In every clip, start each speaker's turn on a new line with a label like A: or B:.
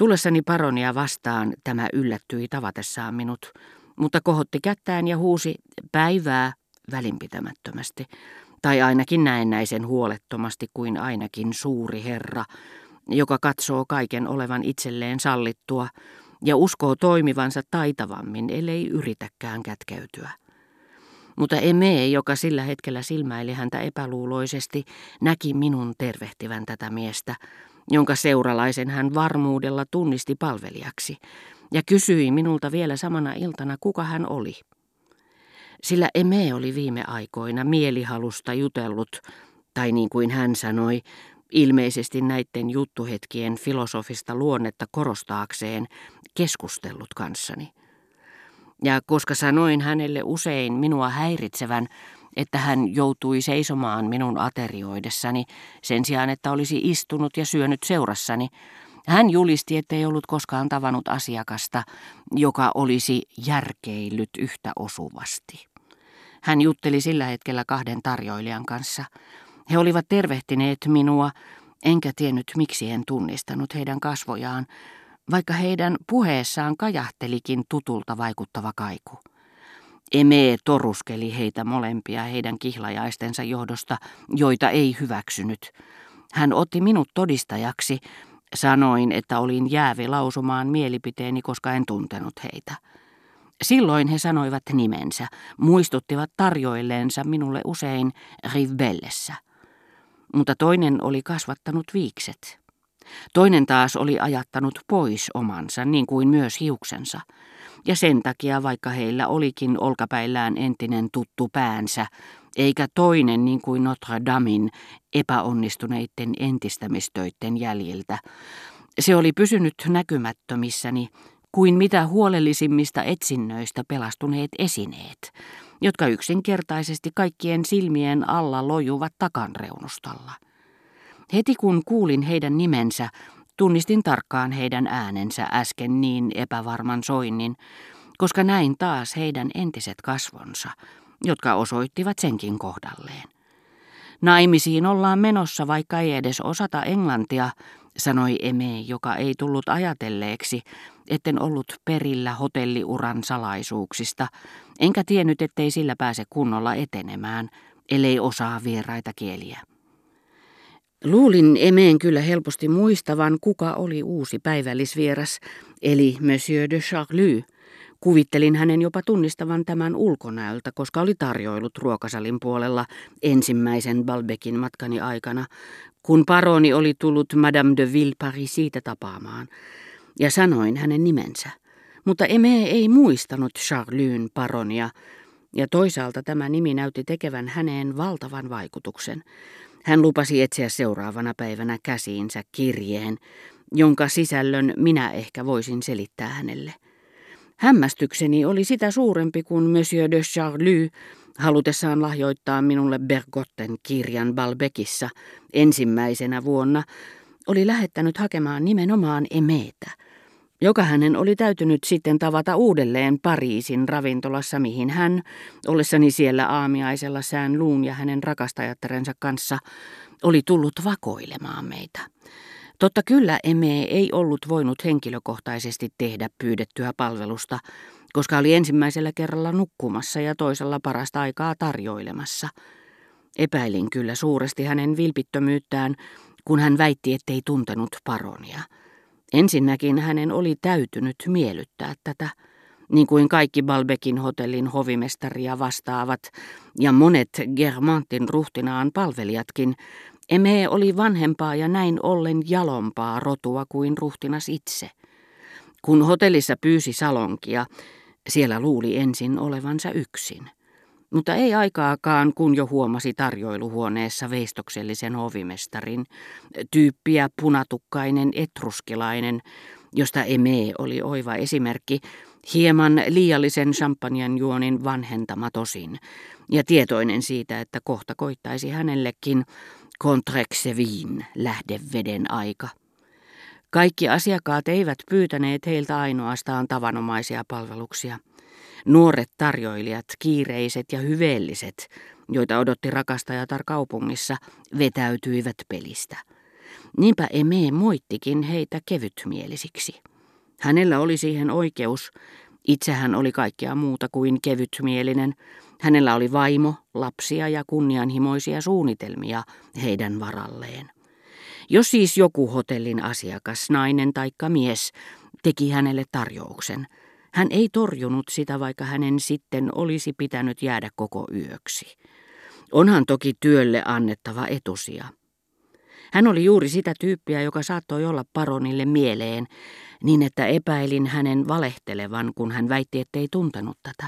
A: Tullessani paronia vastaan tämä yllättyi tavatessaan minut, mutta kohotti kättään ja huusi päivää välinpitämättömästi, tai ainakin näennäisen huolettomasti kuin ainakin suuri herra, joka katsoo kaiken olevan itselleen sallittua ja uskoo toimivansa taitavammin, ellei yritäkään kätkeytyä. Mutta Eme, joka sillä hetkellä silmäili häntä epäluuloisesti, näki minun tervehtivän tätä miestä, jonka seuralaisen hän varmuudella tunnisti palvelijaksi, ja kysyi minulta vielä samana iltana, kuka hän oli. Sillä Eme oli viime aikoina mielihalusta jutellut, tai niin kuin hän sanoi, ilmeisesti näiden juttuhetkien filosofista luonnetta korostaakseen keskustellut kanssani. Ja koska sanoin hänelle usein minua häiritsevän, että hän joutui seisomaan minun aterioidessani sen sijaan, että olisi istunut ja syönyt seurassani, hän julisti, ettei ollut koskaan tavannut asiakasta, joka olisi järkeillyt yhtä osuvasti. Hän jutteli sillä hetkellä 2 tarjoilijan kanssa. He olivat tervehtineet minua, enkä tiennyt miksi en tunnistanut heidän kasvojaan, vaikka heidän puheessaan kajahtelikin tutulta vaikuttava kaiku. Eme toruskeli heitä molempia heidän kihlajaistensa johdosta, joita ei hyväksynyt. Hän otti minut todistajaksi, sanoin, että olin jäävi lausumaan mielipiteeni, koska en tuntenut heitä. Silloin he sanoivat nimensä, muistuttivat tarjoilleensa minulle usein Rivbellessä. Mutta toinen oli kasvattanut viikset. Toinen taas oli ajattanut pois omansa, niin kuin myös hiuksensa. Ja sen takia, vaikka heillä olikin olkapäillään entinen tuttu päänsä, eikä toinen niin kuin Notre Damen epäonnistuneiden entistämistöiden jäljiltä, se oli pysynyt näkymättömissäni kuin mitä huolellisimmista etsinnöistä pelastuneet esineet, jotka yksinkertaisesti kaikkien silmien alla lojuvat takanreunustalla. Heti kun kuulin heidän nimensä, tunnistin tarkkaan heidän äänensä äsken niin epävarman soinnin, koska näin taas heidän entiset kasvonsa, jotka osoittivat senkin kohdalleen. Naimisiin ollaan menossa, vaikka ei edes osata englantia, sanoi Eme, joka ei tullut ajatelleeksi, etten ollut perillä hotelliuran salaisuuksista, enkä tiennyt, ettei sillä pääse kunnolla etenemään, ellei osaa vieraita kieliä. Luulin Emeen kyllä helposti muistavan, kuka oli uusi päivällisvieras, eli Monsieur de Charlus. Kuvittelin hänen jopa tunnistavan tämän ulkonäöltä, koska oli tarjoillut ruokasalin puolella ensimmäisen Balbecin matkani aikana, kun paroni oli tullut Madame de Villeparisis tapaamaan, ja sanoin hänen nimensä. Mutta Eme ei muistanut Charlun paronia, ja toisaalta tämä nimi näytti tekevän häneen valtavan vaikutuksen. Hän lupasi etsiä seuraavana päivänä käsiinsä kirjeen, jonka sisällön minä ehkä voisin selittää hänelle. Hämmästykseni oli sitä suurempi, kun Monsieur de Charlus, halutessaan lahjoittaa minulle Bergotten kirjan Balbecissa ensimmäisenä vuonna, oli lähettänyt hakemaan nimenomaan Emeetä, joka hänen oli täytynyt sitten tavata uudelleen Pariisin ravintolassa, mihin hän, ollessani siellä aamiaisella Saint-Loun ja hänen rakastajattarensa kanssa, oli tullut vakoilemaan meitä. Totta kyllä Eme ei ollut voinut henkilökohtaisesti tehdä pyydettyä palvelusta, koska oli ensimmäisellä kerralla nukkumassa ja toisella parasta aikaa tarjoilemassa. Epäilin kyllä suuresti hänen vilpittömyyttään, kun hän väitti, ettei tuntenut paronia. Ensinnäkin hänen oli täytynyt miellyttää tätä, niin kuin kaikki Balbecin hotellin hovimestaria vastaavat ja monet Guermantin ruhtinaan palvelijatkin. Eme oli vanhempaa ja näin ollen jalompaa rotua kuin ruhtinas itse. Kun hotellissa pyysi salonkia, siellä luuli ensin olevansa yksin. Mutta ei aikaakaan, kun jo huomasi tarjoiluhuoneessa veistoksellisen hovimestarin, tyyppiä punatukkainen etruskilainen, josta Eme oli oiva esimerkki, hieman liiallisen champagnen juonin vanhentama tosin, ja tietoinen siitä, että kohta koittaisi hänellekin Contrexevin lähdeveden aika. Kaikki asiakkaat eivät pyytäneet heiltä ainoastaan tavanomaisia palveluksia. Nuoret tarjoilijat, kiireiset ja hyveelliset, joita odotti rakastajatar kaupungissa, vetäytyivät pelistä. Niinpä Eme moittikin heitä kevytmielisiksi. Hänellä oli siihen oikeus. Itse hän oli kaikkea muuta kuin kevytmielinen. Hänellä oli vaimo, lapsia ja kunnianhimoisia suunnitelmia heidän varalleen. Jos siis joku hotellin asiakas, nainen taikka mies, teki hänelle tarjouksen, hän ei torjunut sitä, vaikka hänen sitten olisi pitänyt jäädä koko yöksi. Onhan toki työlle annettava etusija. Hän oli juuri sitä tyyppiä, joka saattoi olla paronille mieleen, niin että epäilin hänen valehtelevan, kun hän väitti, ettei tuntenut tätä.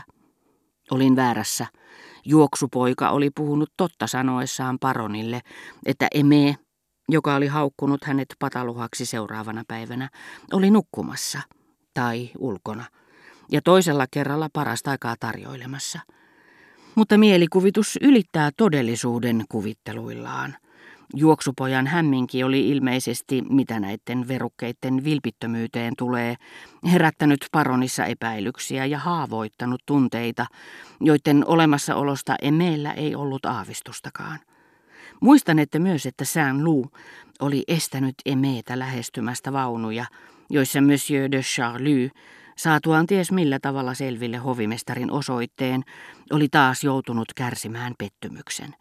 A: Olin väärässä. Juoksupoika oli puhunut totta sanoessaan paronille, että Eme, joka oli haukkunut hänet pataluhaksi seuraavana päivänä, oli nukkumassa tai ulkona ja toisella kerralla parasta aikaa tarjoilemassa. Mutta mielikuvitus ylittää todellisuuden kuvitteluillaan. Juoksupojan hämminki oli ilmeisesti, mitä näiden verukkeiden vilpittömyyteen tulee, herättänyt paronissa epäilyksiä ja haavoittanut tunteita, joiden olemassaolosta Emeellä ei ollut aavistustakaan. Muistanette myös, että Saint-Loup oli estänyt Emeetä lähestymästä vaunuja, joissa Monsieur de Charlus, saatuaan ties millä tavalla selville hovimestarin osoitteen, oli taas joutunut kärsimään pettymyksen.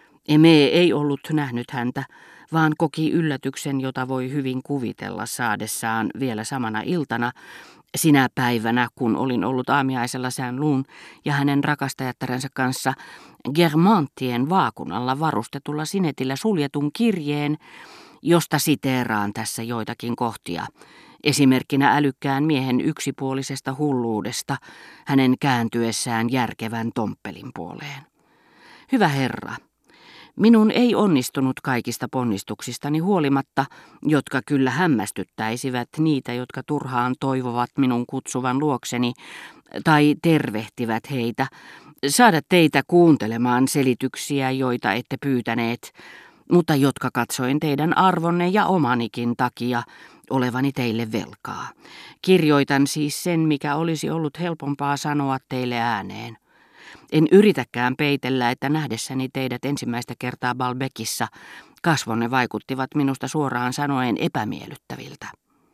A: Eme ei ollut nähnyt häntä, vaan koki yllätyksen, jota voi hyvin kuvitella saadessaan vielä samana iltana, sinä päivänä, kun olin ollut aamiaisella Saint-Loup'n ja hänen rakastajattarensa kanssa Guermanttien vaakunalla varustetulla sinetillä suljetun kirjeen, josta siteeraan tässä joitakin kohtia, esimerkkinä älykkään miehen yksipuolisesta hulluudesta hänen kääntyessään järkevän tomppelin puoleen. Hyvä herra, minun ei onnistunut kaikista ponnistuksistani huolimatta, jotka kyllä hämmästyttäisivät niitä, jotka turhaan toivovat minun kutsuvan luokseni tai tervehtivät heitä, saada teitä kuuntelemaan selityksiä, joita ette pyytäneet, mutta jotka katsoin teidän arvonne ja omanikin takia olevani teille velkaa. Kirjoitan siis sen, mikä olisi ollut helpompaa sanoa teille ääneen. En yritäkään peitellä, että nähdessäni teidät ensimmäistä kertaa Balbekissa kasvonne vaikuttivat minusta suoraan sanoen epämiellyttäviltä.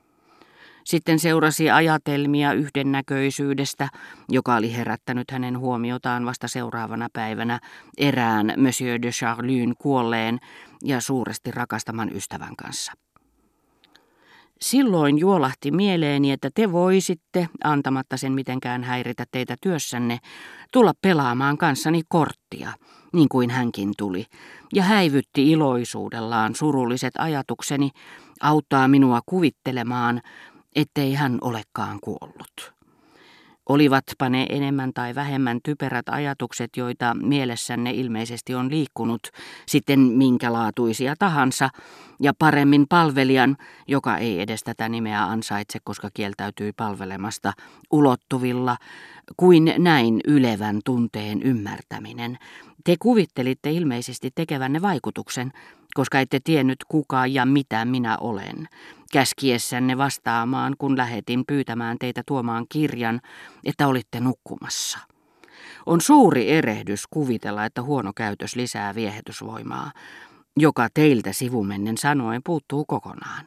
A: Sitten seurasi ajatelmia yhdennäköisyydestä, joka oli herättänyt hänen huomiotaan vasta seuraavana päivänä erään Monsieur de Charlun kuolleen ja suuresti rakastaman ystävän kanssa. Silloin juolahti mieleeni, että te voisitte, antamatta sen mitenkään häiritä teitä työssänne, tulla pelaamaan kanssani korttia, niin kuin hänkin tuli, ja häivytti iloisuudellaan surulliset ajatukseni, auttaa minua kuvittelemaan, ettei hän olekaan kuollut. Olivatpa ne enemmän tai vähemmän typerät ajatukset, joita mielessänne ilmeisesti on liikkunut, sitten minkälaatuisia tahansa, ja paremmin palvelijan, joka ei edes tätä nimeä ansaitse, koska kieltäytyi palvelemasta, ulottuvilla, kuin näin ylevän tunteen ymmärtäminen. Te kuvittelitte ilmeisesti tekevänne vaikutuksen, koska ette tiennyt kuka ja mitä minä olen, käskiessänne vastaamaan, kun lähetin pyytämään teitä tuomaan kirjan, että olitte nukkumassa. On suuri erehdys kuvitella, että huono käytös lisää viehätysvoimaa, joka teiltä sivumennen sanoen puuttuu kokonaan.